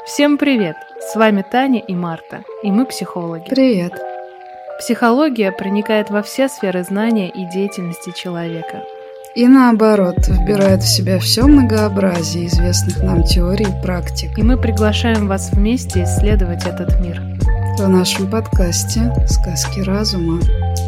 Всем привет! С вами Таня и Марта, и мы психологи. Привет! Психология проникает во все сферы знания и деятельности человека. И наоборот, вбирает в себя все многообразие известных нам теорий и практик. И мы приглашаем вас вместе исследовать этот мир. В нашем подкасте «Сказки разума».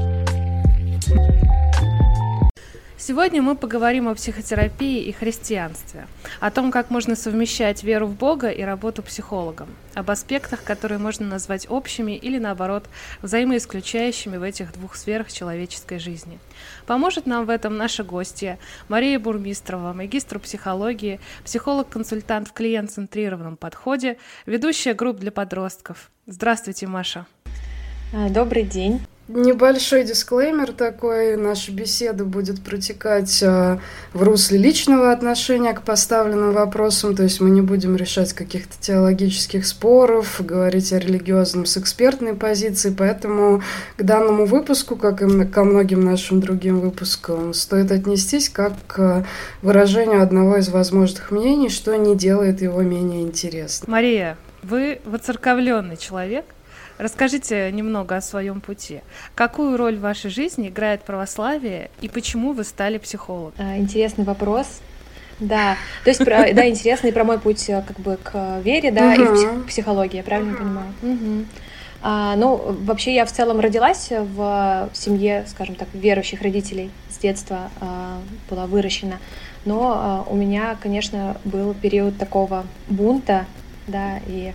Сегодня мы поговорим о психотерапии и христианстве, о том, как можно совмещать веру в Бога и работу психологом, об аспектах, которые можно назвать общими или, наоборот, взаимоисключающими в этих двух сферах человеческой жизни. Поможет нам в этом наша гостья Мария Бурмистрова, магистр психологии, психолог-консультант в клиент-центрированном подходе, ведущая групп для подростков. Здравствуйте, Маша. Добрый день. Небольшой дисклеймер такой. Наша беседа будет протекать в русле личного отношения к поставленным вопросам, то есть мы не будем решать каких-то теологических споров, говорить о религиозном с экспертной позиции, поэтому к данному выпуску, как и ко многим нашим другим выпускам, стоит отнестись как к выражению одного из возможных мнений, что не делает его менее интересным. Мария, вы воцерковленный человек. Расскажите немного о своем пути. Какую роль в вашей жизни играет православие и почему вы стали психологом? Интересный вопрос. Да, то есть, да, интересный про мой путь как бы к вере, да, и в психологии, я правильно понимаю? Ну, вообще я в целом родилась в семье, скажем так, верующих родителей, с детства была выращена, но у меня, конечно, был период такого бунта, да, и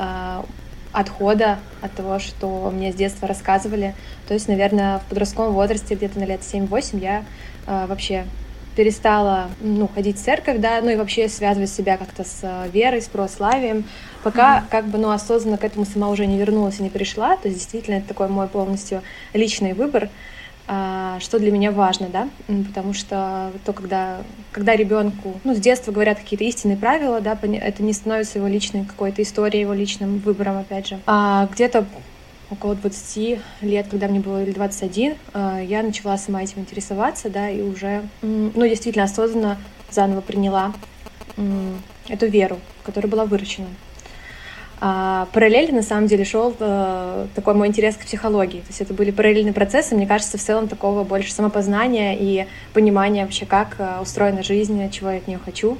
отхода от того, что мне с детства рассказывали. То есть, наверное, в подростковом возрасте, где-то на лет 7-8, я вообще перестала ходить в церковь, да, ну и вообще связывать себя как-то с верой, с православием, пока как бы, осознанно к этому сама уже не вернулась и не пришла. То есть, действительно, это такой мой полностью личный выбор, что для меня важно, да, потому что когда ребенку, с детства говорят какие-то истинные правила, да, это не становится его личной какой-то историей, его личным выбором, опять же. Где-то около 20 лет, когда мне было или 21, я начала сама этим интересоваться, да, и уже, действительно осознанно заново приняла эту веру, которая была выращена. Параллельно, на самом деле, шел такой мой интерес к психологии. То есть это были параллельные процессы, мне кажется, в целом такого больше самопознания и понимания вообще, как устроена жизнь, чего я от нее хочу.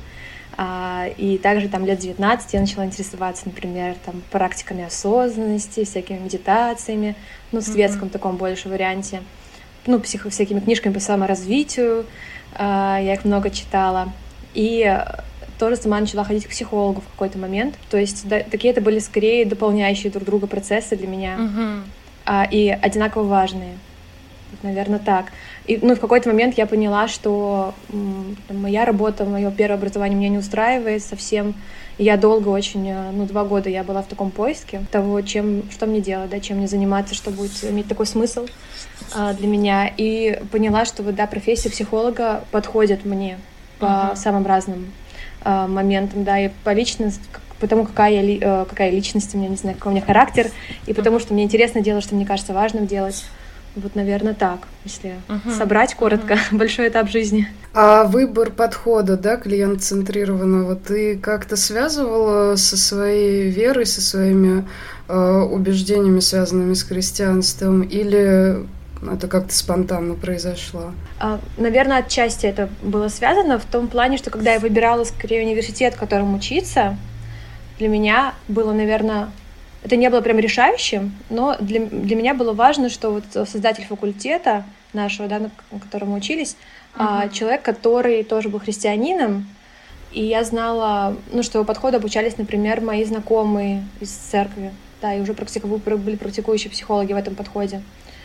И также там лет 19 я начала интересоваться, например, там, практиками осознанности, всякими медитациями, в светском таком больше варианте, всякими книжками по саморазвитию, я их много читала. И тоже сама начала ходить к психологу в какой-то момент. То есть такие это были скорее дополняющие друг друга процессы для меня, и одинаково важные. Наверное, так. И в какой-то момент я поняла, что моя работа, мое первое образование меня не устраивает совсем. И я долго очень, 2 года я была в таком поиске того, что мне делать, да, чем мне заниматься, что будет иметь такой смысл для меня. И поняла, что профессия психолога подходит мне по самым разным моментом, да, и по личности, потому какая личность у меня, не знаю, какой у меня характер, и потому что мне интересно делать, что мне кажется важным делать. Вот, наверное, так, если собрать коротко большой этап жизни. А выбор подхода, да, клиент-центрированного, ты как-то связывала со своей верой, со своими убеждениями, связанными с христианством, или это как-то спонтанно произошло? Наверное, отчасти это было связано в том плане, что когда я выбирала скорее университет, в котором учиться, для меня было, наверное, это не было прям решающим, но для меня было важно, что создатель факультета нашего, да, на котором мы учились, человек, который тоже был христианином, и я знала, что его подходу обучались, например, мои знакомые из церкви, да, и уже были практикующие психологи в этом подходе.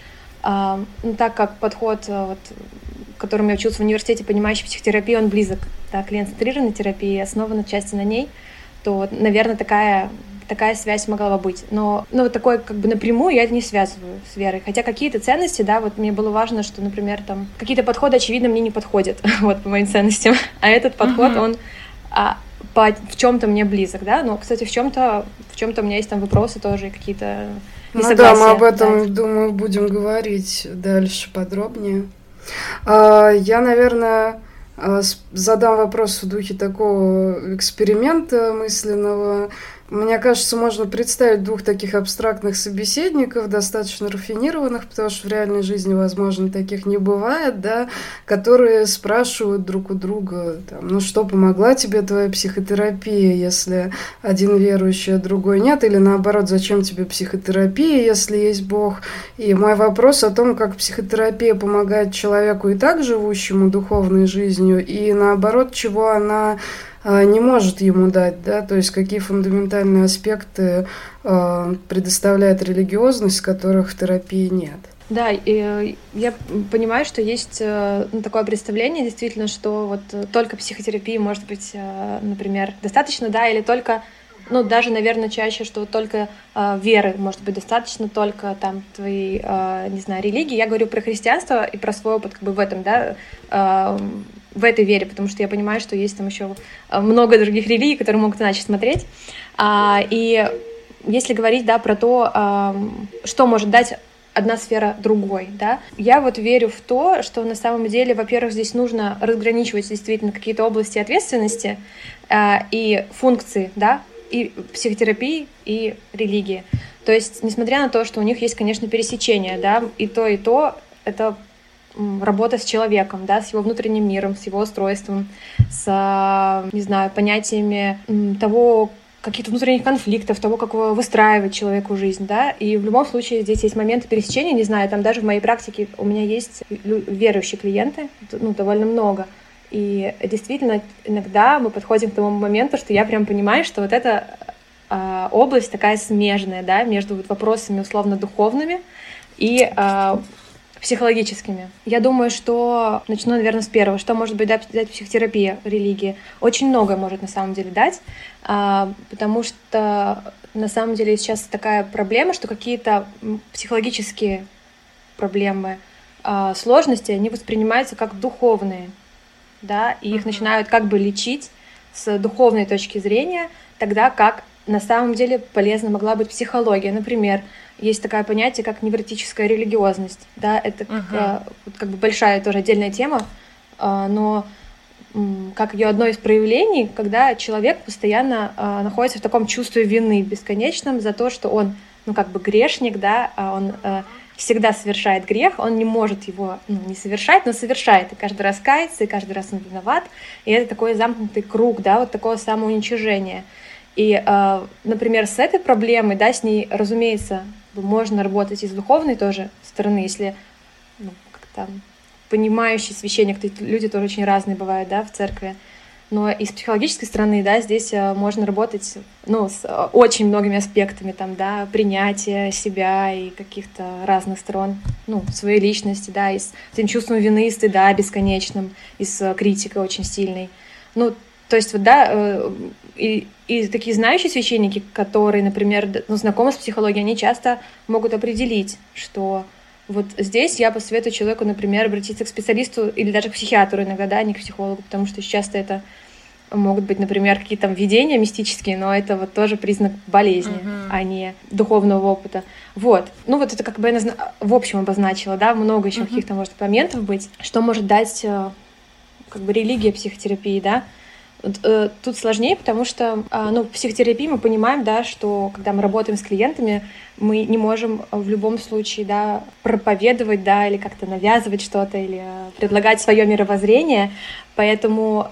Так как подход, которым я училась в университете, понимающий психотерапию, он близок, да, клиент-центрированной терапии, основан отчасти на ней, то, наверное, такая связь могла бы быть. Но такой как бы напрямую я это не связываю с верой. Хотя какие-то ценности, да, мне было важно, что, например, там какие-то подходы, очевидно, мне не подходят по моим ценностям. А этот подход, он в чем-то мне близок, да. Но, кстати, в чем-то у меня есть там вопросы тоже и какие-то несогласия. Мы об этом, думаю, будем говорить дальше подробнее. Я, наверное, Задам вопрос в духе такого эксперимента мысленного. Мне кажется, можно представить двух таких абстрактных собеседников, достаточно рафинированных, потому что в реальной жизни, возможно, таких не бывает, да, которые спрашивают друг у друга, там, ну что, помогла тебе твоя психотерапия, если один верующий, а другой нет, или наоборот, зачем тебе психотерапия, если есть Бог. И мой вопрос о том, как психотерапия помогает человеку и так живущему духовной жизнью, и наоборот, чего она не может ему дать, да, то есть какие фундаментальные аспекты предоставляет религиозность, которых в терапии нет. Да, и я понимаю, что есть такое представление, действительно, что вот только психотерапии может быть, например, достаточно, да, или только, ну, даже, наверное, чаще, что только веры может быть достаточно, только там твоей, не знаю, религии. Я говорю про христианство и про свой опыт как бы в этом, да, в этой вере, потому что я понимаю, что есть там еще много других религий, которые могут иначе смотреть. И если говорить, да, про то, что может дать одна сфера другой, да, я вот верю в то, что на самом деле, во-первых, здесь нужно разграничивать действительно какие-то области ответственности и функции, да, и психотерапии, и религии. То есть, несмотря на то, что у них есть, конечно, пересечения, да, и то это работа с человеком, да, с его внутренним миром, с его устройством, с, не знаю, понятиями того, каких-то внутренних конфликтов, того, как выстраивать человеку жизнь, да, и в любом случае здесь есть моменты пересечения, не знаю, там даже в моей практике у меня есть верующие клиенты, ну, довольно много, и действительно иногда мы подходим к тому моменту, что я прям понимаю, что вот эта область такая смежная, да, между вот вопросами условно-духовными и психологическими. Я думаю, что начну, наверное, с первого. Что может быть дать психотерапия религии? Очень многое может на самом деле дать, потому что на самом деле сейчас такая проблема, что какие-то психологические проблемы, сложности, они воспринимаются как духовные, да, и их начинают как бы лечить с духовной точки зрения, тогда как на самом деле полезна могла быть психология. Например, есть такое понятие, как невротическая религиозность. Да, это как бы большая тоже отдельная тема, но как ее одно из проявлений, когда человек постоянно находится в таком чувстве вины бесконечном за то, что он, ну, как бы грешник, да, он всегда совершает грех, он не может его не совершать, но совершает, и каждый раз кается, и каждый раз он виноват, и это такой замкнутый круг, да, вот такого самоуничижения. И, например, с этой проблемой, да, с ней, разумеется, можно работать и с духовной тоже стороны, если, ну, как там, понимающий священник, люди тоже очень разные бывают, да, в церкви, но и с психологической стороны, да, здесь можно работать, ну, с очень многими аспектами, там, да, принятия себя и каких-то разных сторон, ну, своей личности, да, и с этим чувством вины и стыда бесконечным, и с критикой очень сильной, ну, то есть вот, да, и такие знающие священники, которые, например, ну, знакомы с психологией, они часто могут определить, что вот здесь я посоветую человеку, например, обратиться к специалисту или даже к психиатру иногда, да, не к психологу, потому что часто это могут быть, например, какие-то там видения мистические, но это вот тоже признак болезни, а не духовного опыта. Вот. Ну вот это как бы я в общем обозначила, да, много еще каких-то, может, моментов быть, что может дать как бы религия психотерапии, да. Тут сложнее, потому что, ну, в психотерапии мы понимаем, да, что когда мы работаем с клиентами, мы не можем в любом случае, да, проповедовать, да, или как-то навязывать что-то, или предлагать свое мировоззрение. Поэтому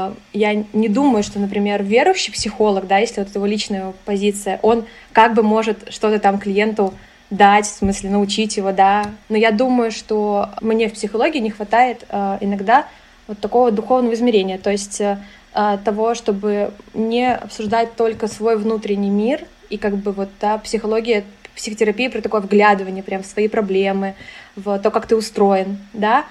я не думаю, что, например, верующий психолог, да, если вот его личная позиция, он как бы может что-то там клиенту дать, в смысле научить его, да. Но я думаю, что мне в психологии не хватает иногда вот такого духовного измерения, то есть того, чтобы не обсуждать только свой внутренний мир, и как бы вот, да, психотерапия про такое вглядывание прям в свои проблемы, в то, как ты устроен, да,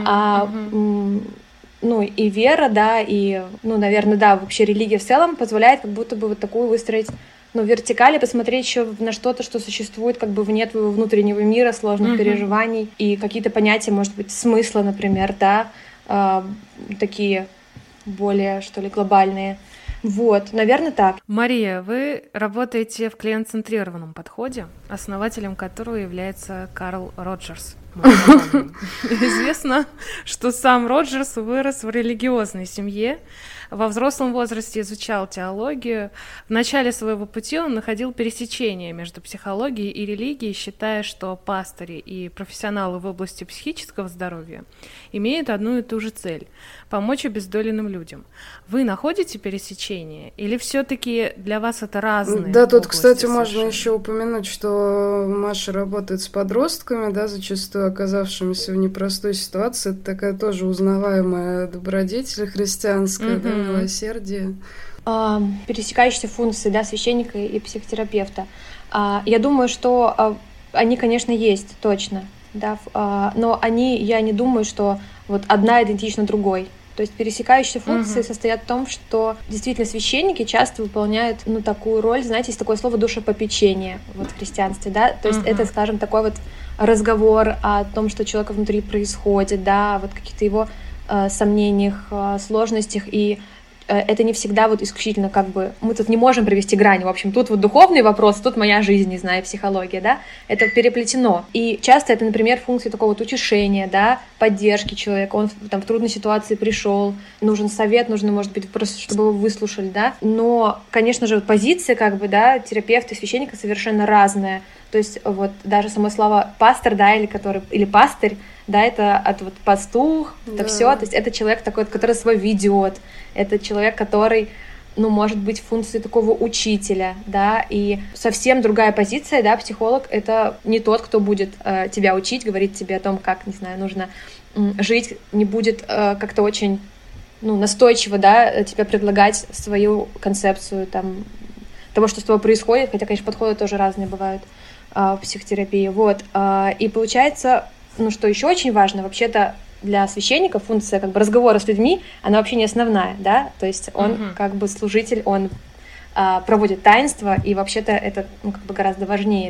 ну, и вера, да, и, ну, наверное, да, вообще религия в целом позволяет как будто бы вот такую выстроить, ну, вертикаль, посмотреть еще на что-то, что существует как бы вне твоего внутреннего мира, сложных переживаний, и какие-то понятия, может быть, смысла, например, да, такие более, что ли, глобальные. Вот, наверное, так. Мария, вы работаете в клиент-центрированном подходе, основателем которого является Карл Роджерс. Известно, что сам Роджерс вырос в религиозной семье. Во взрослом возрасте изучал теологию. В начале своего пути он находил пересечения между психологией и религией, считая, что пастыри и профессионалы в области психического здоровья имеют одну и ту же цель – помочь обездоленным людям. Вы находите пересечения или все-таки для вас это разные? Да, тут, кстати, можно еще упомянуть, что Маша работает с подростками, да, зачастую оказавшимися в непростой ситуации. Это такая тоже узнаваемая добродетель христианская, да, милосердие. Пересекающиеся функции, да, священника и психотерапевта. Я думаю, что они, конечно, есть, точно, да, но я не думаю, что вот одна идентична другой. То есть пересекающиеся функции состоят в том, что действительно священники часто выполняют, такую роль, знаете, есть такое слово душепопечение вот в христианстве, да, то есть это, скажем, такой вот разговор о том, что у человека внутри происходит, да, вот каких-то его сомнениях, сложностях, и это не всегда вот исключительно как бы... Мы тут не можем провести грани, в общем, тут вот духовный вопрос, тут моя жизнь, не знаю, психология, да, это переплетено. И часто это, например, функции такого вот утешения, да, поддержки человека, он там в трудной ситуации пришел, нужен совет, нужно, может быть, просто, чтобы его выслушали, да, но, конечно же, позиция, как бы, да, терапевта и священника совершенно разная. То есть вот даже само слово пастор, да, или пастырь, да, это от вот пастух, это все, то есть это человек такой, который свой ведет, это человек, который, может быть, в функции такого учителя, да, и совсем другая позиция, да, психолог — это не тот, кто будет тебя учить, говорить тебе о том, как, не знаю, нужно жить, не будет как-то очень, настойчиво, да, тебе предлагать свою концепцию, там, того, что с тобой происходит, хотя, конечно, подходы тоже разные бывают в психотерапии, вот, и получается, что еще очень важно, вообще-то для священника функция как бы разговора с людьми, она вообще не основная, да, то есть он как бы служитель, он проводит таинство, и вообще-то это как бы гораздо важнее,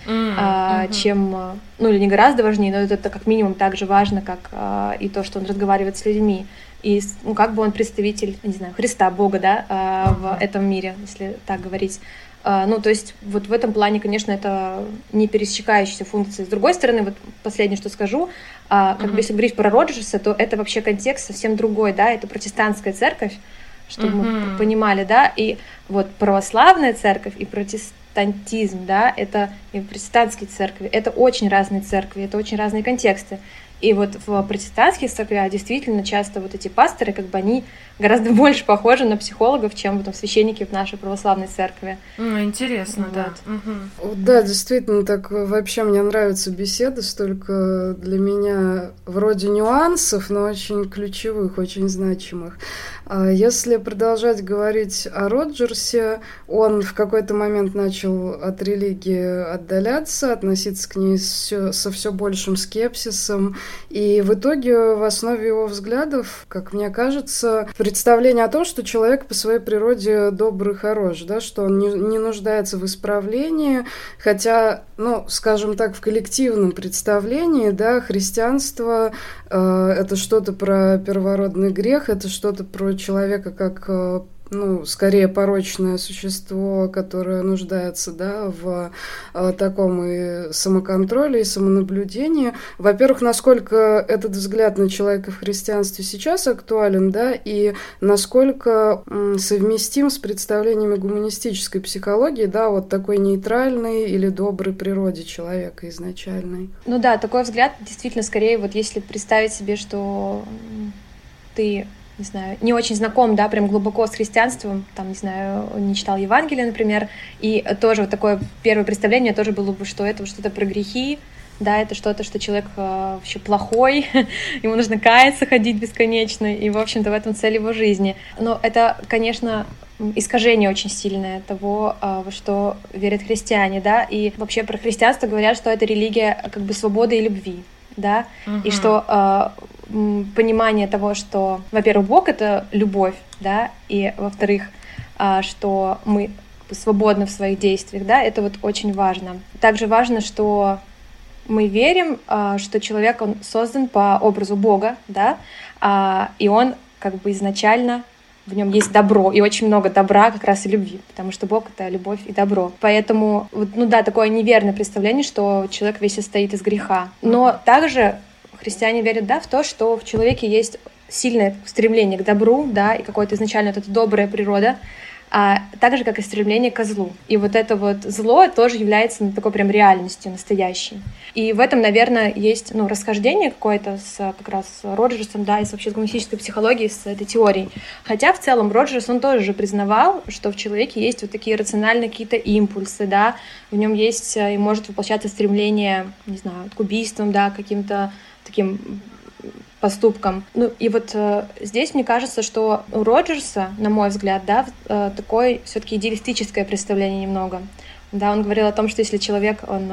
да, чем, или не гораздо важнее, но это как минимум так же важно, как и то, что он разговаривает с людьми, и как бы он представитель, не знаю, Христа, Бога, да, в этом мире, если так говорить. То есть вот в этом плане, конечно, это не пересекающиеся функции. С другой стороны, вот последнее, что скажу, как бы если говорить про Роджерса, то это вообще контекст совсем другой, да, это протестантская церковь, чтобы мы понимали, да, и вот православная церковь и протестантизм, да, это и протестантские церкви, это очень разные церкви, это очень разные контексты. И вот в протестантских церквях действительно часто вот эти пасторы, как бы они гораздо больше похожи на психологов, чем вот священники в нашей православной церкви. Интересно, вот. Да. Да, действительно, так вообще мне нравится беседа, столько для меня вроде нюансов, но очень ключевых, очень значимых. Если продолжать говорить о Роджерсе, он в какой-то момент начал от религии отдаляться, относиться к ней со все большим скепсисом, и в итоге в основе его взглядов, как мне кажется, представление о том, что человек по своей природе добрый, хорош, да, что он не нуждается в исправлении, хотя, скажем так, в коллективном представлении, да, христианство это что-то про первородный грех, это что-то про человека как скорее порочное существо, которое нуждается, да, в таком и самоконтроле, и самонаблюдении. Во-первых, насколько этот взгляд на человека в христианстве сейчас актуален, да, и насколько совместим с представлениями гуманистической психологии, да, вот такой нейтральной или доброй природе человека изначальной. Да, такой взгляд действительно скорее, вот если представить себе, что ты, не знаю, не очень знаком, да, прям глубоко с христианством, там, не знаю, не читал Евангелие, например, и тоже вот такое первое представление тоже было бы, что это что-то про грехи, да, это что-то, что человек вообще плохой, ему нужно каяться, ходить бесконечно, и, в общем-то, в этом цель его жизни. Но это, конечно, искажение очень сильное того, во что верят христиане, да, и вообще про христианство говорят, что это религия как бы свободы и любви, да, и что понимание того, что, во-первых, Бог — это любовь, да, и, во-вторых, что мы свободны в своих действиях, да, это вот очень важно. Также важно, что мы верим, что человек, он создан по образу Бога, да, и он как бы изначально в нем есть добро, и очень много добра как раз и любви, потому что Бог — это любовь и добро. Поэтому, ну да, такое неверное представление, что человек весь состоит из греха. Но также христиане верят, да, в то, что в человеке есть сильное стремление к добру, да, и какое-то изначально вот эта добрая природа, так же, как и стремление к злу. И вот это вот зло тоже является такой прям реальностью настоящей. И в этом, наверное, есть расхождение какое-то как раз с Роджерсом, да, и вообще с гуманистической психологией, с этой теорией. Хотя в целом Роджерс, он тоже же признавал, что в человеке есть вот такие рациональные какие-то импульсы, да, в нем есть и может воплощаться стремление, не знаю, к убийствам, да, к каким-то таким поступкам. Ну и вот здесь мне кажется, что у Роджерса, на мой взгляд, да, такое все-таки идеалистическое представление немного. Да, он говорил о том, что если человек, он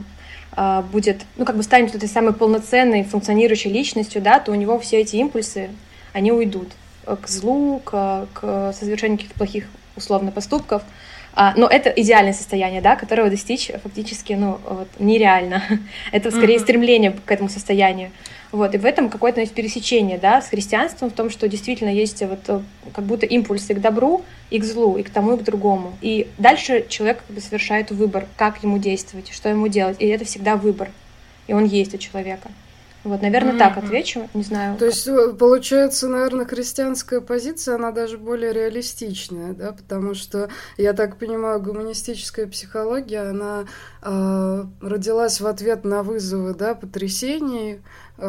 будет, станет этой самой полноценной, функционирующей личностью, да, то у него все эти импульсы, они уйдут к злу, к совершению каких-то плохих, условно, поступков. Но это идеальное состояние, да, которого достичь фактически нереально. Это скорее стремление к этому состоянию. Вот, и в этом какое-то есть пересечение, да, с христианством, в том, что действительно есть вот как будто импульсы к добру и к злу, и к тому, и к другому. И дальше человек совершает выбор, как ему действовать, что ему делать. И это всегда выбор. И он есть у человека. Вот, наверное, так отвечу, не знаю. То есть, получается, наверное, христианская позиция, она даже более реалистичная, да, потому что, я так понимаю, гуманистическая психология, она родилась в ответ на вызовы, да, потрясений,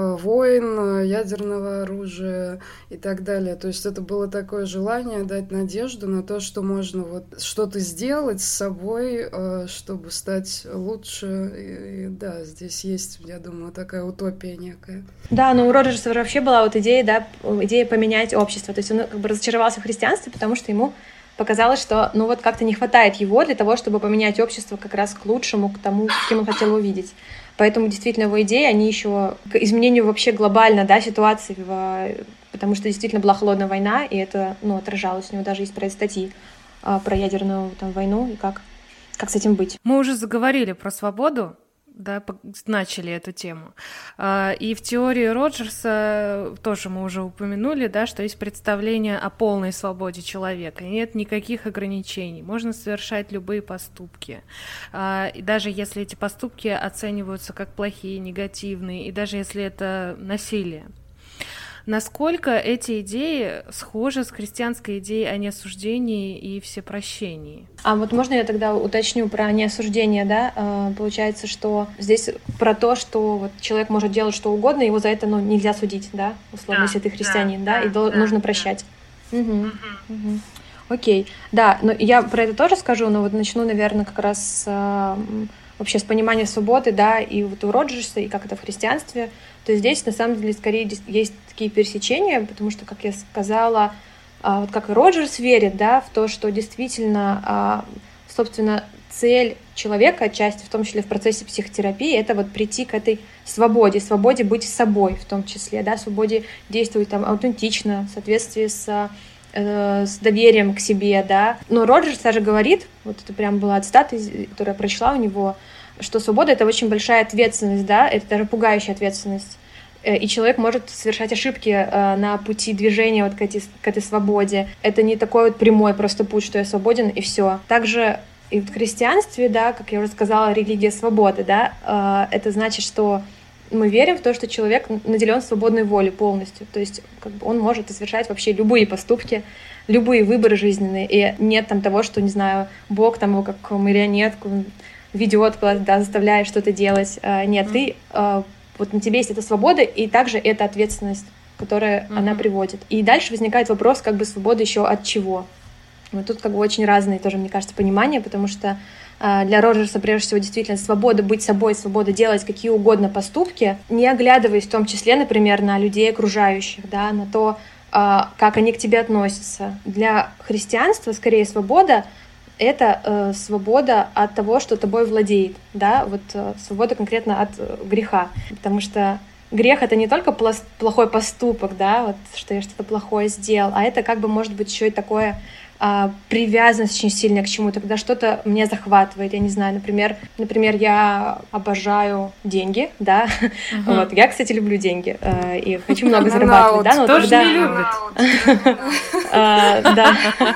войн, ядерного оружия и так далее. То есть это было такое желание дать надежду на то, что можно вот что-то сделать с собой, чтобы стать лучше. И да, здесь есть, я думаю, такая утопия некая. Да, но у Роджерса вообще была вот идея, да, идея поменять общество. То есть он как бы разочаровался в христианстве, потому что ему показалось, что как-то не хватает его для того, чтобы поменять общество как раз к лучшему, к тому, каким он хотел увидеть. Поэтому действительно его идеи, они еще к изменению вообще глобально, да, ситуации, потому что действительно была холодная война, и это отражалось. У него даже есть про статьи про ядерную войну и как с этим быть. Мы уже заговорили про свободу, да, начали эту тему. И в теории Роджерса тоже мы уже упомянули, да, что есть представление о полной свободе человека. Нет никаких ограничений. Можно совершать любые поступки. И даже если эти поступки оцениваются как плохие, негативные, и даже если это насилие. Насколько эти идеи схожи с христианской идеей о неосуждении и всепрощении? А вот можно я тогда уточню про неосуждение, да? Получается, что здесь про то, что вот человек может делать что угодно, его за это нельзя судить, да? Условно, если ты христианин, да? И нужно прощать. Угу. Окей. Да, но я про это тоже скажу, но вот начну, наверное, как раз вообще с понимания свободы, да, и вот у Роджерса, и как это в христианстве, то здесь, на самом деле, скорее есть такие пересечения, потому что, как я сказала, вот как и Роджерс верит, да, в то, что действительно, собственно, цель человека, отчасти, в том числе в процессе психотерапии, это вот прийти к этой свободе быть собой в том числе, да, свободе действовать аутентично, в соответствии с доверием к себе, да. Но Роджерс даже говорит, вот это прям была цитата, которую я прочла у него, что свобода — это очень большая ответственность, да, это даже пугающая ответственность. И человек может совершать ошибки на пути движения вот к этой свободе. Это не такой вот прямой просто путь, что я свободен, и все. Также и в христианстве, да, как я уже сказала, религия свободы, да, это значит, что мы верим в то, что человек наделен свободной волей полностью. То есть как бы он может совершать вообще любые поступки, любые выборы жизненные. И нет там того, что, не знаю, Бог там его как марионетку ведет, да, заставляет что-то делать. Нет, ты, вот на тебе есть эта свобода, и также эта ответственность, которая она приводит. И дальше возникает вопрос, как бы свобода еще от чего. Вот тут как бы очень разные тоже, мне кажется, понимания, потому что для Роджерса, прежде всего, действительно свобода быть собой, свобода делать какие угодно поступки, не оглядываясь в том числе, например, на людей окружающих, да, на то, как они к тебе относятся. Для христианства, скорее, свобода — это свобода от того, что тобой владеет, да, вот свобода конкретно от греха, потому что грех — это не только плохой поступок, да, вот что я что-то плохое сделал, а это как бы может быть еще и такое привязанность очень сильная к чему-то, когда что-то меня захватывает, я не знаю, например, я обожаю деньги, да, вот, я, кстати, люблю деньги и хочу много зарабатывать, да, но тоже когда... не любит. Да.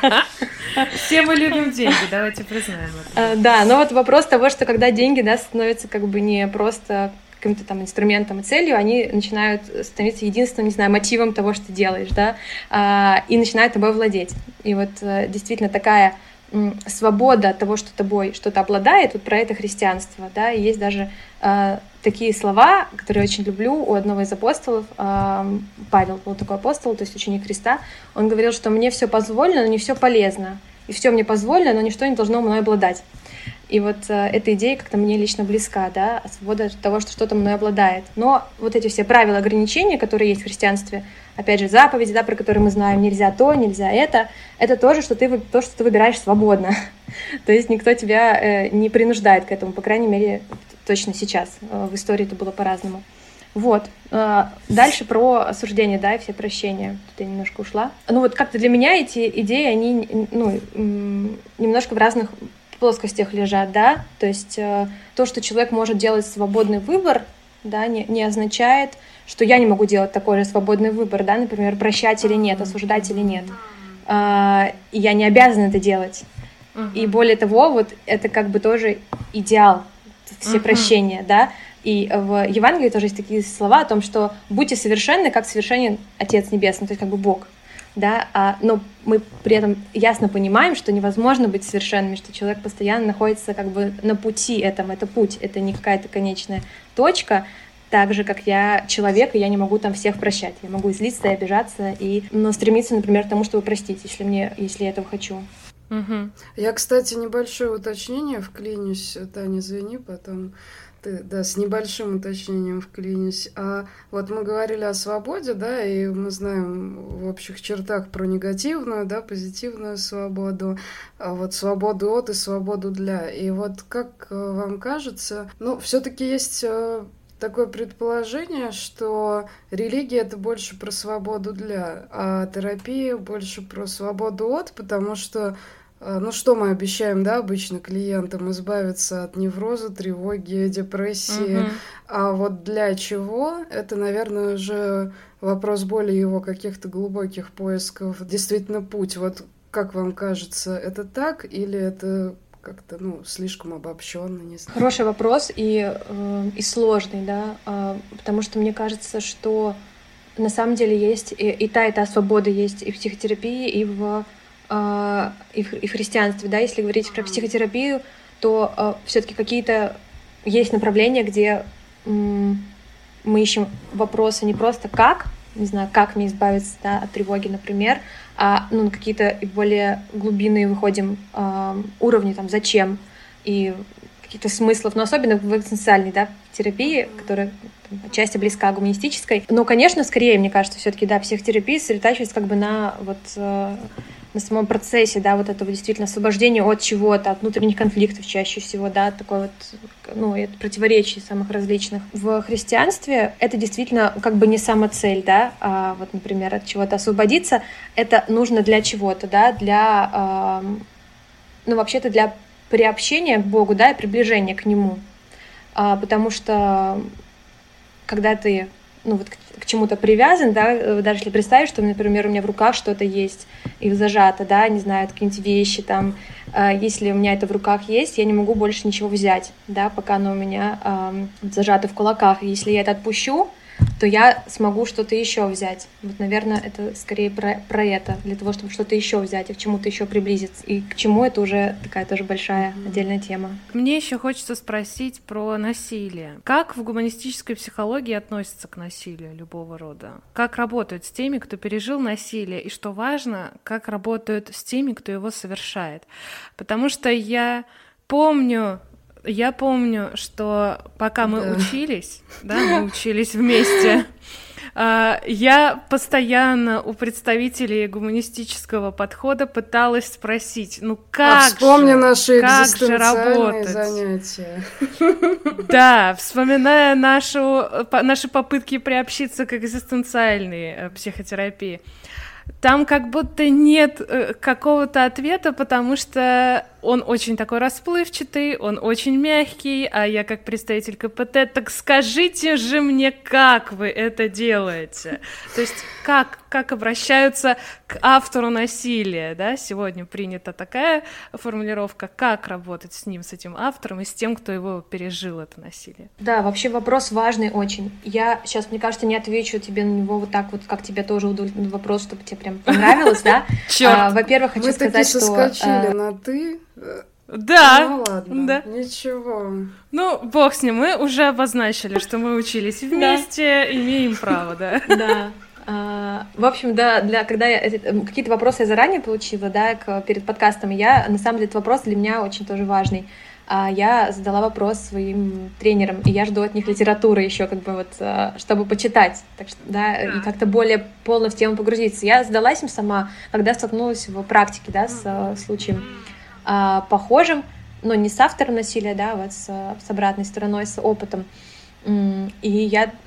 Все мы любим деньги, давайте признаем это. Да, но вот вопрос того, что когда деньги, да, становятся как бы не просто каким-то там инструментом и целью, они начинают становиться единственным, не знаю, мотивом того, что ты делаешь, да, и начинают тобой владеть. И вот действительно такая свобода от того, что тобой что-то обладает, вот про это христианство, да, и есть даже такие слова, которые я очень люблю, у одного из апостолов, Павел был такой апостол, то есть ученик Христа, он говорил, что мне все позволено, но не все полезно, и все мне позволено, но ничто не должно мной обладать. И вот эта идея как-то мне лично близка, да, свобода от того, что что-то мной обладает. Но вот эти все правила, ограничения, которые есть в христианстве, опять же, заповеди, да, про которые мы знаем, нельзя то, нельзя это тоже, что ты выбираешь свободно. То есть никто тебя не принуждает к этому, по крайней мере, точно сейчас. В истории это было по-разному. Вот. Дальше про осуждение, да, и все прощения. Тут я немножко ушла. Ну вот как-то для меня эти идеи, они немножко в разных плоскостях лежат, да, то есть то, что человек может делать свободный выбор, да, не означает, что я не могу делать такой же свободный выбор, да, например, прощать или нет, осуждать или нет. И я не обязана это делать. И более того, вот это как бы тоже идеал, все прощения, да, и в Евангелии тоже есть такие слова о том, что будьте совершенны, как совершенен Отец Небесный, то есть как бы Бог. Да, но мы при этом ясно понимаем, что невозможно быть совершенными, что человек постоянно находится как бы на пути этому, это путь, это не какая-то конечная точка, так же, как я человек, и я не могу там всех прощать, я могу злиться и обижаться, но стремиться, например, к тому, чтобы простить, если я этого хочу. Я, кстати, небольшое уточнение вклинюсь, Таня, извини, потом... Да, с небольшим уточнением вклинюсь. Вот мы говорили о свободе, да, и мы знаем в общих чертах про негативную, да, позитивную свободу, вот свободу от и свободу для. И вот как вам кажется, все-таки есть такое предположение, что религия — это больше про свободу для, а терапия больше про свободу от, потому что что мы обещаем, да, обычно клиентам? Избавиться от невроза, тревоги, депрессии. А вот для чего? Это, наверное, уже вопрос более его каких-то глубоких поисков. Действительно, путь. Вот как вам кажется, это так или это как-то, слишком обобщенно, не знаю? Хороший вопрос и сложный, да, потому что мне кажется, что на самом деле есть и та свобода есть и в психотерапии, и в христианстве, да, если говорить про психотерапию, то все-таки какие-то есть направления, где мы ищем вопросы не просто как, не знаю, как мне избавиться, да, от тревоги, например, а на какие-то более глубинные выходим уровни, там, зачем, и каких-то смыслов, но особенно в экзистенциальной, да, терапии, которая отчасти близка гуманистической. Но, конечно, скорее, мне кажется, все-таки, да, психотерапия сосредотачивается как бы на на самом процессе, да, вот этого действительно освобождения от чего-то, от внутренних конфликтов чаще всего, да, такой это противоречий самых различных. В христианстве это действительно как бы не самоцель, да, вот, например, от чего-то освободиться, это нужно для чего-то, да, вообще-то для приобщения к Богу, да, и приближения к Нему, потому что когда ты к чему-то привязан, да, даже если представить, что, например, у меня в руках что-то есть и зажато, да, не знаю, какие-нибудь вещи там, если у меня это в руках есть, я не могу больше ничего взять, да, пока оно у меня зажато в кулаках. И если я это отпущу, то я смогу что-то еще взять. Вот, наверное, это скорее про это, для того, чтобы что-то еще взять и к чему-то еще приблизиться. И к чему это уже такая тоже большая отдельная тема. Мне еще хочется спросить про насилие. Как в гуманистической психологии относятся к насилию любого рода? Как работают с теми, кто пережил насилие? И что важно, как работают с теми, кто его совершает? Потому что я помню, что пока мы учились, да, мы учились вместе, я постоянно у представителей гуманистического подхода пыталась спросить, вспомни наши экзистенциальные занятия. Да, вспоминая наши попытки приобщиться к экзистенциальной психотерапии. там как будто нет какого-то ответа, потому что он очень такой расплывчатый, он очень мягкий, а я как представитель КПТ, так скажите же мне, как вы это делаете? То есть как обращаются к автору насилия, да? Сегодня принята такая формулировка, как работать с ним, с этим автором и с тем, кто его пережил, это насилие. Да, вообще вопрос важный очень. Я сейчас, мне кажется, не отвечу тебе на него вот так вот, как тебе тоже удовлетворил вопрос, чтобы тебе прям понравилось, да? Чёрт! Во-первых, хочу сказать, что... Мы таки соскочили на «ты». Да, ну ладно, да. Ничего. Ну, бог с ним, мы уже обозначили, что мы учились вместе, имеем право, да. Да. В общем, да, когда я какие-то вопросы я заранее получила, да, перед подкастом, на самом деле, этот вопрос для меня очень тоже важный. Я задала вопрос своим тренерам, и я жду от них литературы еще, как бы вот, чтобы почитать, так что, да, и как-то более полно в тему погрузиться. Я задалась им сама, когда столкнулась в практике, да, с случаем похожим, но не с автором насилия, да, вот с обратной стороной, с опытом. И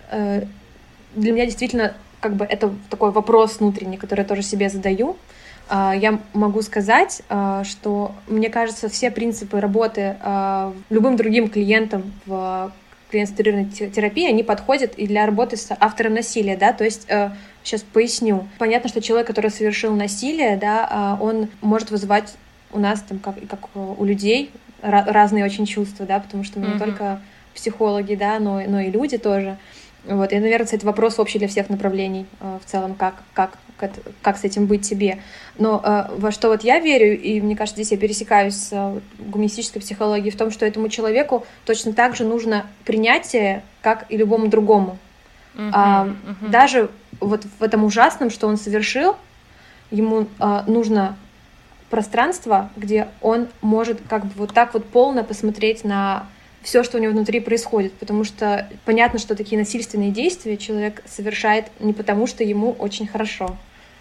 для меня действительно как бы это такой вопрос внутренний, который я тоже себе задаю. Я могу сказать, что, мне кажется, все принципы работы любым другим клиентам в клиент-центрированной терапии, они подходят и для работы с автором насилия, да, то есть сейчас поясню. Понятно, что человек, который совершил насилие, да, он может вызывать у нас, там, как у людей, разные очень чувства, да, потому что мы не только психологи, да, но и люди тоже. Вот, и, наверное, кстати, вопрос общий для всех направлений в целом, как с этим быть себе. Но во что вот я верю, и мне кажется, здесь я пересекаюсь с гуманистической психологией, в том, что этому человеку точно так же нужно принятие, как и любому другому. Даже вот в этом ужасном, что он совершил, ему нужно пространство, где он может как бы вот так вот полно посмотреть на все, что у него внутри происходит, потому что понятно, что такие насильственные действия человек совершает не потому, что ему очень хорошо,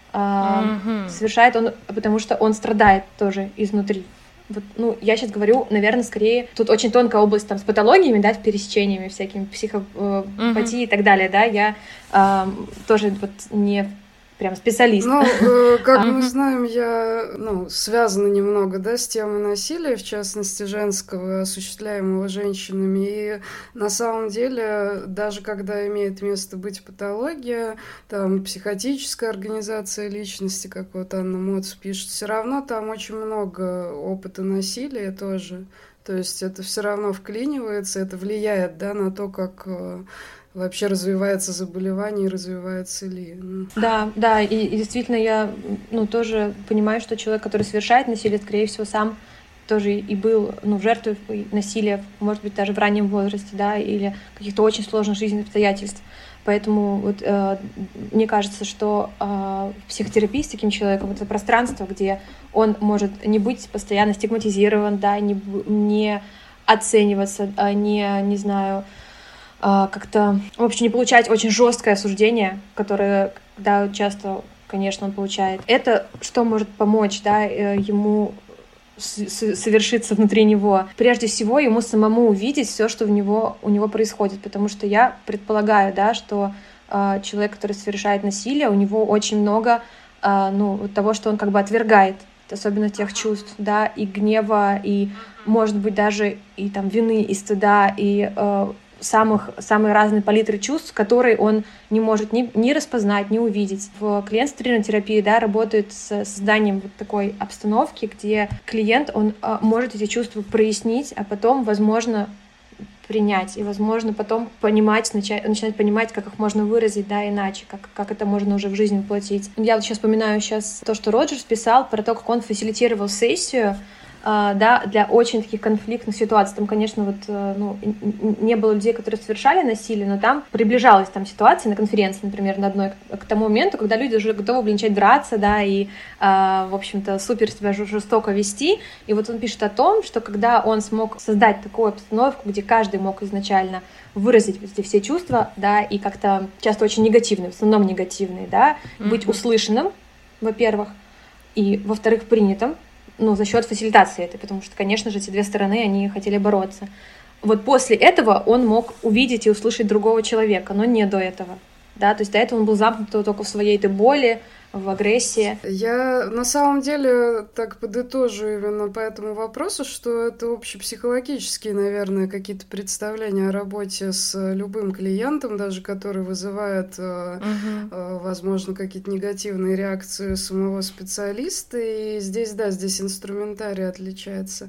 совершает он, потому что он страдает тоже изнутри. Вот, ну, я сейчас говорю, наверное, скорее, тут очень тонкая область там с патологиями, да, пересечениями всякими, психопатией и так далее, да, я тоже вот не прям специалист. Ну, как мы знаем, я связана немного, да, с темой насилия, в частности, женского, осуществляемого женщинами. И на самом деле, даже когда имеет место быть патология, там, психотическая организация личности, как вот Анна Моц пишет, все равно там очень много опыта насилия тоже. То есть это все равно вклинивается, это влияет, да, на то, как вообще развивается заболевание и развивается ли. Да, и действительно я тоже понимаю, что человек, который совершает насилие, скорее всего, сам тоже и был жертвой насилия, может быть, даже в раннем возрасте, да, или каких-то очень сложных жизненных обстоятельств. Поэтому вот, мне кажется, что в психотерапии с таким человеком это пространство, где он может не быть постоянно стигматизирован, да, не оцениваться, не знаю, как-то, в общем, не получать очень жесткое осуждение, которое, да, часто, конечно, он получает. Это что может помочь, да, ему совершиться внутри него. Прежде всего, ему самому увидеть все, что у него происходит, потому что я предполагаю, да, что человек, который совершает насилие, у него очень много того, что он как бы отвергает, особенно тех чувств, да, и гнева, и, может быть, даже и там вины, и стыда, и самые разные палитры чувств, которые он не может ни распознать, ни увидеть. В клиент-центрированной терапии, да, работает с созданием вот такой обстановки, где клиент, он может эти чувства прояснить, а потом, возможно, принять, и, возможно, потом начинать понимать, как их можно выразить, да, иначе, как это можно уже в жизнь воплотить. Я вот сейчас вспоминаю то, что Роджерс писал про то, как он фасилитировал сессию, да, для очень таких конфликтных ситуаций. Там, конечно, вот, не было людей, которые совершали насилие, но там приближалась там ситуация на конференции, например, на одной, к тому моменту, когда люди уже готовы начать драться, да, и, в общем-то, супер себя жестоко вести. И вот он пишет о том, что когда он смог создать такую обстановку, где каждый мог изначально выразить эти все чувства, да, и как-то часто очень негативные, в основном негативные, да, быть услышанным, во-первых, и, во-вторых, принятым, за счет фасилитации этой, потому что, конечно же, эти две стороны, они хотели бороться. Вот после этого он мог увидеть и услышать другого человека, но не до этого, да, то есть до этого он был замкнут только в своей этой боли, в агрессии. Я на самом деле так подытожу именно по этому вопросу, что это общепсихологические, наверное, какие-то представления о работе с любым клиентом, даже который вызывает, возможно, какие-то негативные реакции у самого специалиста. И здесь, да, здесь инструментарий отличается.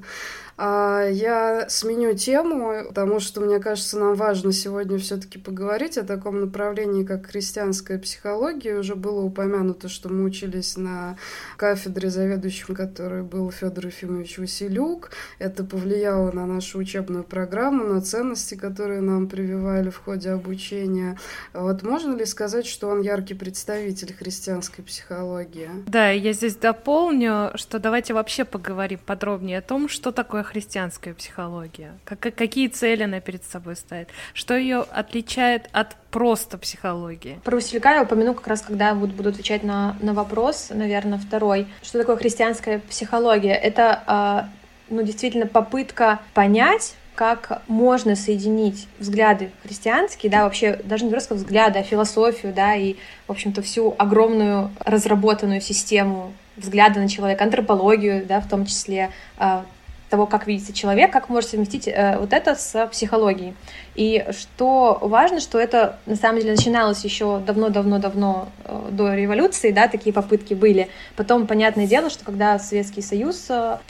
Я сменю тему, потому что, мне кажется, нам важно сегодня все-таки поговорить о таком направлении, как христианская психология. Уже было упомянуто, что мы учились на кафедре, заведующим которой был Федор Ефимович Василюк. Это повлияло на нашу учебную программу, на ценности, которые нам прививали в ходе обучения. Вот можно ли сказать, что он яркий представитель христианской психологии? Да, я здесь дополню, что давайте вообще поговорим подробнее о том, что такое христианская психология, какие цели она перед собой ставит, что ее отличает от просто психологии. Про Василюка я упомяну как раз, когда буду отвечать на вопрос, наверное, второй. Что такое христианская психология? Это действительно попытка понять, как можно соединить взгляды христианские, да, вообще даже не просто взгляды, а философию, да, и, в общем-то, всю огромную разработанную систему взгляда на человека, антропологию, да, в том числе, того, как видится человек, как можно совместить вот это с психологией. И что важно, что это на самом деле начиналось еще давно-давно-давно до революции, да, такие попытки были. Потом, понятное дело, что когда Советский Союз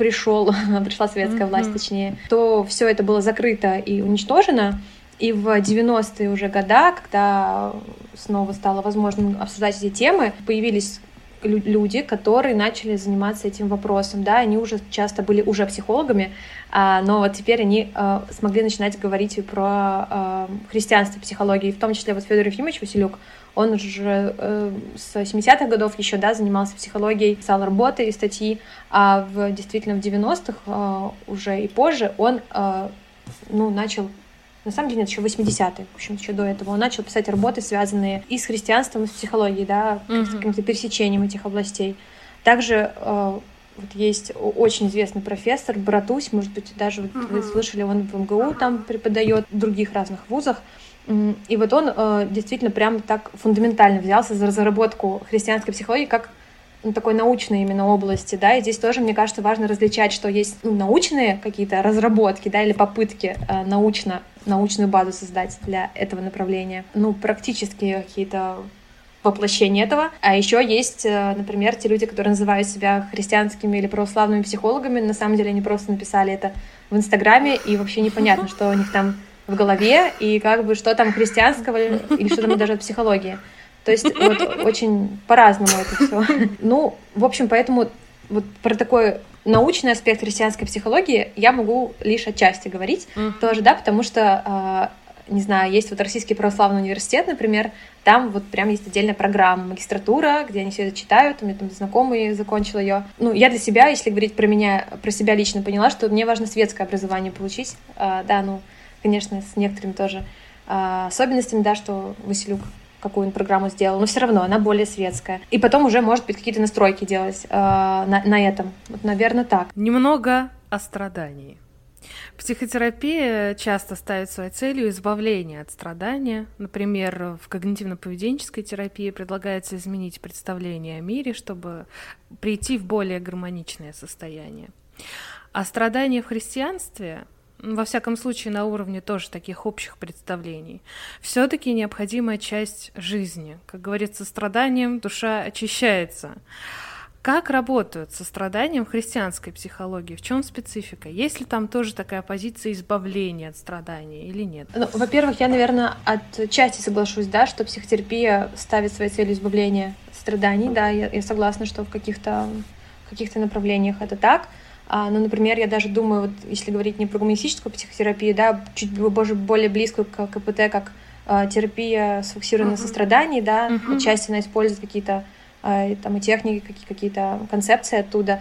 пришла советская власть, точнее, то все это было закрыто и уничтожено. И в 90-е уже года, когда снова стало возможным обсуждать эти темы, появились люди, которые начали заниматься этим вопросом, да, они уже часто были уже психологами, но вот теперь они смогли начинать говорить и про христианство, психологию, и в том числе вот Федор Ефимович Василюк, он уже с 70-х годов еще, да, занимался психологией, писал работы и статьи, а действительно в 90-х уже и позже он начал. На самом деле, нет, еще 80-е, в общем, еще до этого. Он начал писать работы, связанные и с христианством, и с психологией, да, с каким-то пересечением этих областей. Также вот есть очень известный профессор Братусь, может быть, даже вы слышали, он в МГУ там преподает, в других разных вузах. И вот он действительно прям так фундаментально взялся за разработку христианской психологии как такой научной именно области, да, и здесь тоже, мне кажется, важно различать, что есть научные какие-то разработки, да, или попытки научную базу создать для этого направления, практически какие-то воплощения этого, а еще есть, например, те люди, которые называют себя христианскими или православными психологами, на самом деле они просто написали это в Инстаграме, и вообще непонятно, что у них там в голове, и как бы что там христианского, или что там даже от психологии. То есть вот очень по-разному это все. В общем, поэтому вот про такой научный аспект христианской психологии я могу лишь отчасти говорить тоже, да, потому что, не знаю, есть вот Российский православный университет, например, там вот прям есть отдельная программа, магистратура, где они все это читают, у меня там знакомый закончил ее. Я для себя, если говорить про меня, про себя лично поняла, что мне важно светское образование получить, да, конечно, с некоторыми тоже особенностями, да, что Василюк какую он программу сделал, но все равно она более светская. И потом уже, может быть, какие-то настройки делать на этом. Вот, наверное, так. Немного о страдании. Психотерапия часто ставит своей целью избавление от страдания. Например, в когнитивно-поведенческой терапии предлагается изменить представление о мире, чтобы прийти в более гармоничное состояние. А страдания в христианстве, во всяком случае, на уровне тоже таких общих представлений, все-таки необходимая часть жизни. Как говорится, страданием душа очищается. Как работают со страданием в христианской психологии? В чем специфика? Есть ли там тоже такая позиция избавления от страдания или нет? Во-первых, я, наверное, отчасти соглашусь, да, что психотерапия ставит своей целью избавление от страданий. Да, я согласна, что в каких-то направлениях это так. Например, я даже думаю, вот если говорить не про гуманистическую психотерапию, да, чуть более близкую к КПТ, как терапия сфокусирована на сострадании, да, отчасти она использует какие-то там и техники, какие-то концепции оттуда.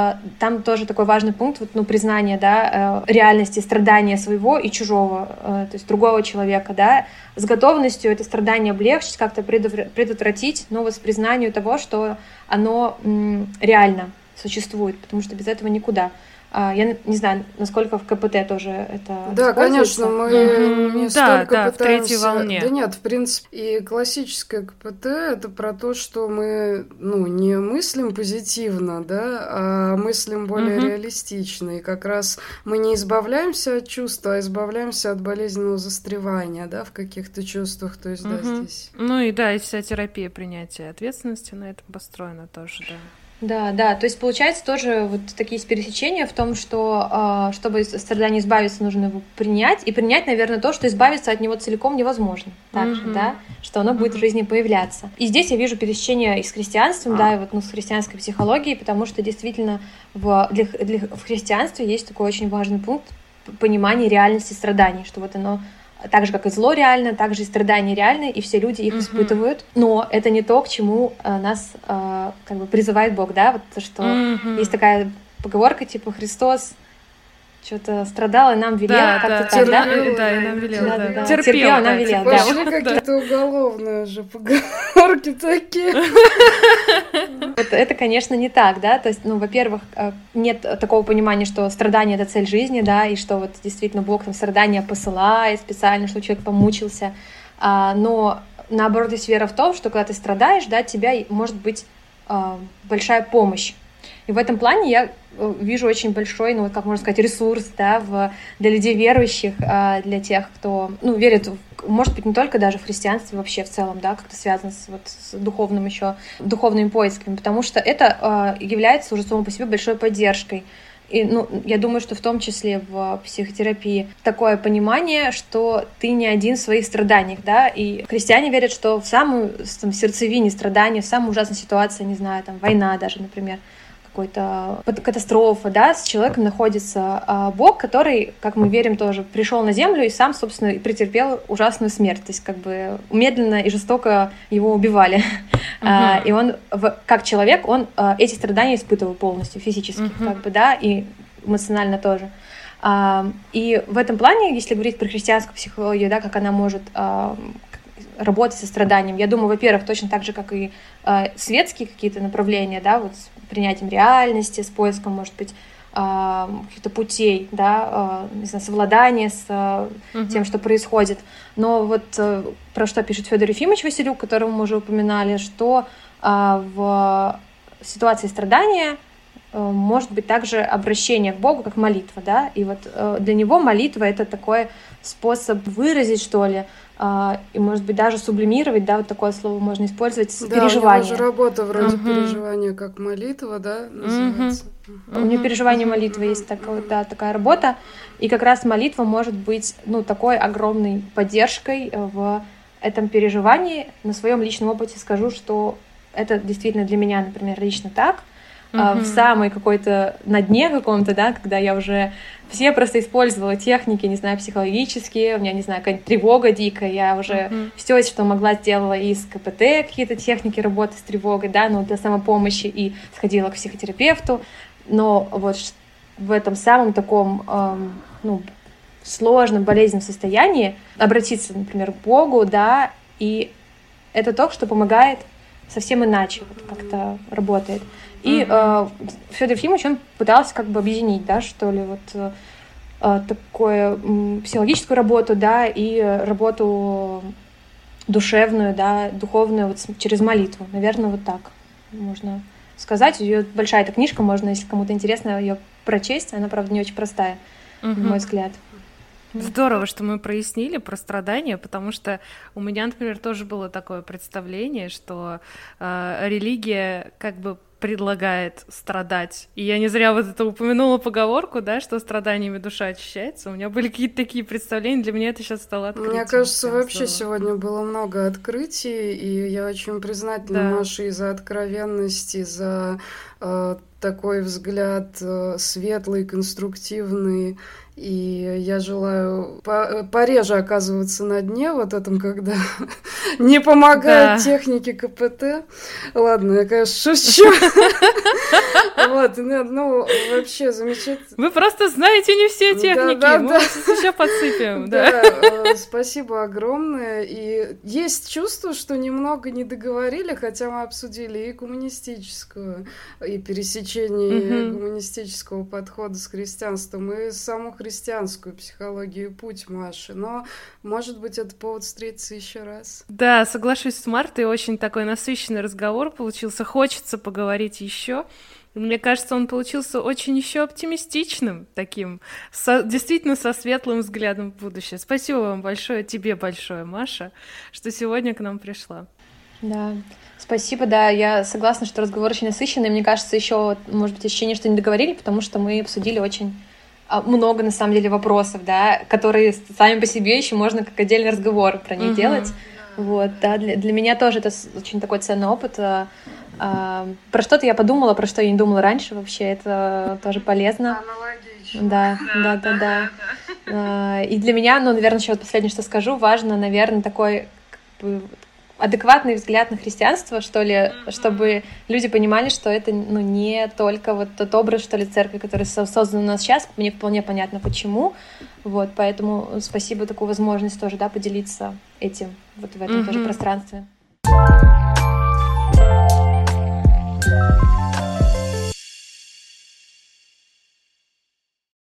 Там тоже такой важный пункт, вот, признание, да, реальности страдания своего и чужого, то есть другого человека, да, с готовностью это страдание облегчить, как-то предотвратить, но вот с признанием того, что оно реально существует, потому что без этого никуда. Я не знаю, насколько в КПТ тоже это Да, конечно, мы не столько пытаемся... в третьей волне. Да нет, в принципе, и классическое КПТ — это про то, что мы, не мыслим позитивно, да, а мыслим более реалистично. И как раз мы не избавляемся от чувств, а избавляемся от болезненного застревания, да, в каких-то чувствах. То есть, да, здесь... и вся терапия принятия ответственности на этом построена тоже, да. Да, то есть получается тоже вот такие пересечения в том, что чтобы от страдания избавиться, нужно его принять, и принять, наверное, то, что избавиться от него целиком невозможно, также, да, что оно будет в жизни появляться. И здесь я вижу пересечение и с христианством, да, и вот с христианской психологией, потому что действительно в христианстве есть такой очень важный пункт понимания реальности страданий, что вот оно так же, как и зло реально, так же и страдания реальны, и все люди их испытывают. Но это не то, к чему нас как бы призывает Бог, да, вот то, что есть такая поговорка, типа, Христос что-то страдал и нам велел, как-то так, да? Да, и нам велел, да. Терпел, нам велел, да. Пошли какие-то уголовные же поговорки такие. Это, конечно, не так, да, то есть, во-первых, нет такого понимания, что страдание — это цель жизни, да, и что вот действительно Бог там страдания посылает специально, чтобы человек помучился, но наоборот есть вера в том, что когда ты страдаешь, да, тебя может быть большая помощь. И в этом плане я вижу очень большой, как можно сказать, ресурс, да, для людей верующих, для тех, кто, верит, может быть, не только даже в христианстве, вообще в целом, да, как-то связано с духовными поисками, потому что это является уже само по себе большой поддержкой. И, я думаю, что в том числе в психотерапии такое понимание, что ты не один в своих страданиях, да, и христиане верят, что в самую сердцевине страдания, в самой ужасной ситуации, не знаю, там, война даже, например, какой-то катастрофа, да, с человеком находится Бог, который, как мы верим, тоже пришел на землю и сам, собственно, претерпел ужасную смерть, то есть как бы медленно и жестоко его убивали. И он, как человек, он эти страдания испытывал полностью, физически, как бы, да, и эмоционально тоже. И в этом плане, если говорить про христианскую психологию, да, как она может работать со страданием, я думаю, во-первых, точно так же, как и светские какие-то направления, да, вот с принятием реальности, с поиском, может быть, каких-то путей, да, не знаю, совладания с тем, что происходит. Но вот про что пишет Федор Ефимович Василюк, которого мы уже упоминали, что в ситуации страдания может быть также обращение к Богу, как молитва, да, и вот для него молитва — это такой способ выразить, что ли, и, может быть, даже сублимировать, да, вот такое слово можно использовать, переживание. Да, у него же работа вроде переживания как молитва, да, называется. У него переживание молитвы есть такая работа, и как раз молитва может быть, такой огромной поддержкой в этом переживании. На своем личном опыте скажу, что это действительно для меня, например, лично так. В самой какой-то на дне каком-то, да, когда я уже все просто использовала техники, не знаю, психологические, у меня, не знаю, какая-то тревога дикая, я уже все, что могла, сделала из КПТ, какие-то техники работы с тревогой, да, для самопомощи, и сходила к психотерапевту, но вот в этом самом таком, сложном, болезненном состоянии обратиться, например, к Богу, да, и это то, что помогает совсем иначе, вот как-то работает. И Федор Ефимович, он пытался как бы объединить, да, что ли, вот такую психологическую работу, да, и работу душевную, да, духовную вот через молитву. Наверное, вот так можно сказать. Ее большая эта книжка, можно, если кому-то интересно, ее прочесть. Она, правда, не очень простая, на мой взгляд. Здорово, что мы прояснили про страдания, потому что у меня, например, тоже было такое представление, что религия как бы предлагает страдать. И я не зря вот это упомянула поговорку, да, что страданиями душа очищается. У меня были какие-то такие представления, для меня это сейчас стало открытием. Мне кажется, вообще сегодня было много открытий, и я очень признательна Маше и за откровенность, и за такой взгляд светлый, конструктивный, И я желаю пореже оказываться на дне вот этом, когда не помогают техники КПТ. Ладно, я, конечно, шучу. Вот, ну, вообще замечательно. Вы просто знаете не все техники, мы сейчас еще подсыпем. Да, спасибо огромное. И есть чувство, что немного не договорили, хотя мы обсудили и гуманистическую, и пересечение гуманистического подхода с христианством, и саму христианскую психологию и путь Маши. Но, может быть, это повод встретиться еще раз. Да, соглашусь с Мартой, очень такой насыщенный разговор получился. Хочется поговорить еще. Мне кажется, он получился очень еще оптимистичным, таким, действительно со светлым взглядом в будущее. Спасибо вам большое, тебе большое, Маша, что сегодня к нам пришла. Да, спасибо, да, я согласна, что разговор очень насыщенный. Мне кажется, еще, может быть, ощущение, что не договорили, потому что мы обсудили очень много, на самом деле, вопросов, да, которые сами по себе еще можно как отдельный разговор про них делать. Вот, да, для меня тоже это очень такой ценный опыт. Про что-то я подумала, про что я не думала раньше вообще, это тоже полезно. Аналогично. Да. И для меня, ну, наверное, еще вот последнее, что скажу, важно, наверное, такой как бы адекватный взгляд на христианство, что ли, чтобы люди понимали, что это, ну, не только вот тот образ, что ли, церкви, который создан у нас сейчас, мне вполне понятно, почему, вот, поэтому спасибо за такую возможность тоже, да, поделиться этим вот в этом тоже пространстве.